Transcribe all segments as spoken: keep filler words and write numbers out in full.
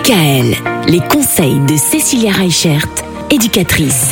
D K L, les conseils de Cécilia Reichert, éducatrice.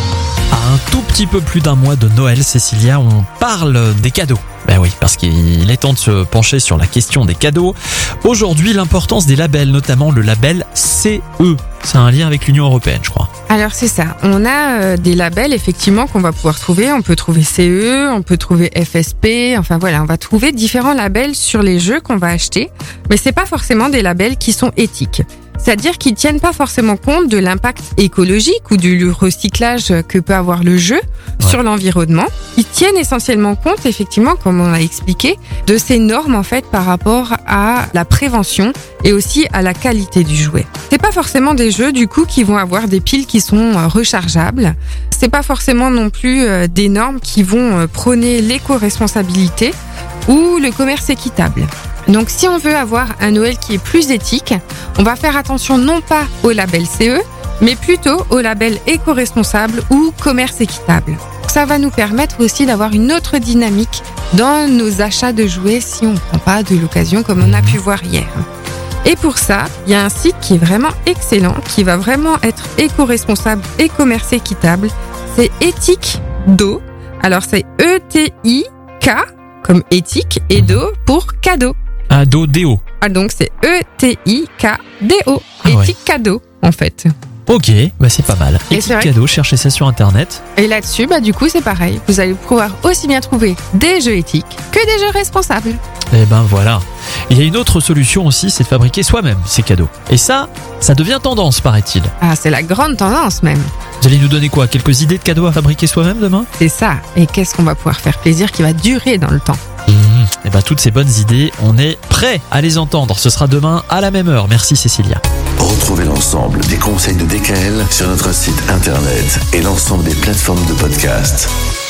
À un tout petit peu plus d'un mois de Noël, Cécilia, on parle des cadeaux. Ben oui, parce qu'il est temps de se pencher sur la question des cadeaux. Aujourd'hui, l'importance des labels, notamment le label C E. C'est un lien avec l'Union européenne, je crois. Alors c'est ça, on a euh, des labels effectivement qu'on va pouvoir trouver. On peut trouver C E, on peut trouver F S P, enfin voilà, on va trouver différents labels sur les jeux qu'on va acheter. Mais c'est pas forcément des labels qui sont éthiques. C'est-à-dire qu'ils tiennent pas forcément compte de l'impact écologique ou du recyclage que peut avoir le jeu ouais. sur l'environnement. Ils tiennent essentiellement compte, effectivement, comme on l'a expliqué, de ces normes en fait par rapport à la prévention et aussi à la qualité du jouet. C'est pas forcément des jeux du coup qui vont avoir des piles qui sont rechargeables. C'est pas forcément non plus des normes qui vont prôner l'éco-responsabilité ou le commerce équitable. Donc si on veut avoir un Noël qui est plus éthique, on va faire attention non pas au label C E, mais plutôt au label éco-responsable ou commerce équitable. Ça va nous permettre aussi d'avoir une autre dynamique dans nos achats de jouets si on ne prend pas de l'occasion comme on a pu voir hier. Et pour ça, il y a un site qui est vraiment excellent, qui va vraiment être éco-responsable et commerce équitable. C'est Éthique Do. Alors c'est E T I K comme éthique et Do pour cadeau. Ah, do, D O. Ah, donc c'est E T I K D O. Ah, éthique ouais. cadeau, en fait. Ok, bah c'est pas mal. Et Éthique cadeau, cherchez ça sur internet. Et là-dessus, bah du coup, c'est pareil. Vous allez pouvoir aussi bien trouver des jeux éthiques que des jeux responsables. Et ben voilà. Il y a une autre solution aussi, c'est de fabriquer soi-même ces cadeaux. Et ça, ça devient tendance, paraît-il. Ah, c'est la grande tendance même. Vous allez nous donner quoi? Quelques idées de cadeaux à fabriquer soi-même demain? C'est ça. Et qu'est-ce qu'on va pouvoir faire plaisir qui va durer dans le temps? Mmh. Et ben toutes ces bonnes idées, on est prêt à les entendre. Ce sera demain à la même heure. Merci Cécilia. Retrouvez l'ensemble des conseils de D K L sur notre site internet et l'ensemble des plateformes de podcast.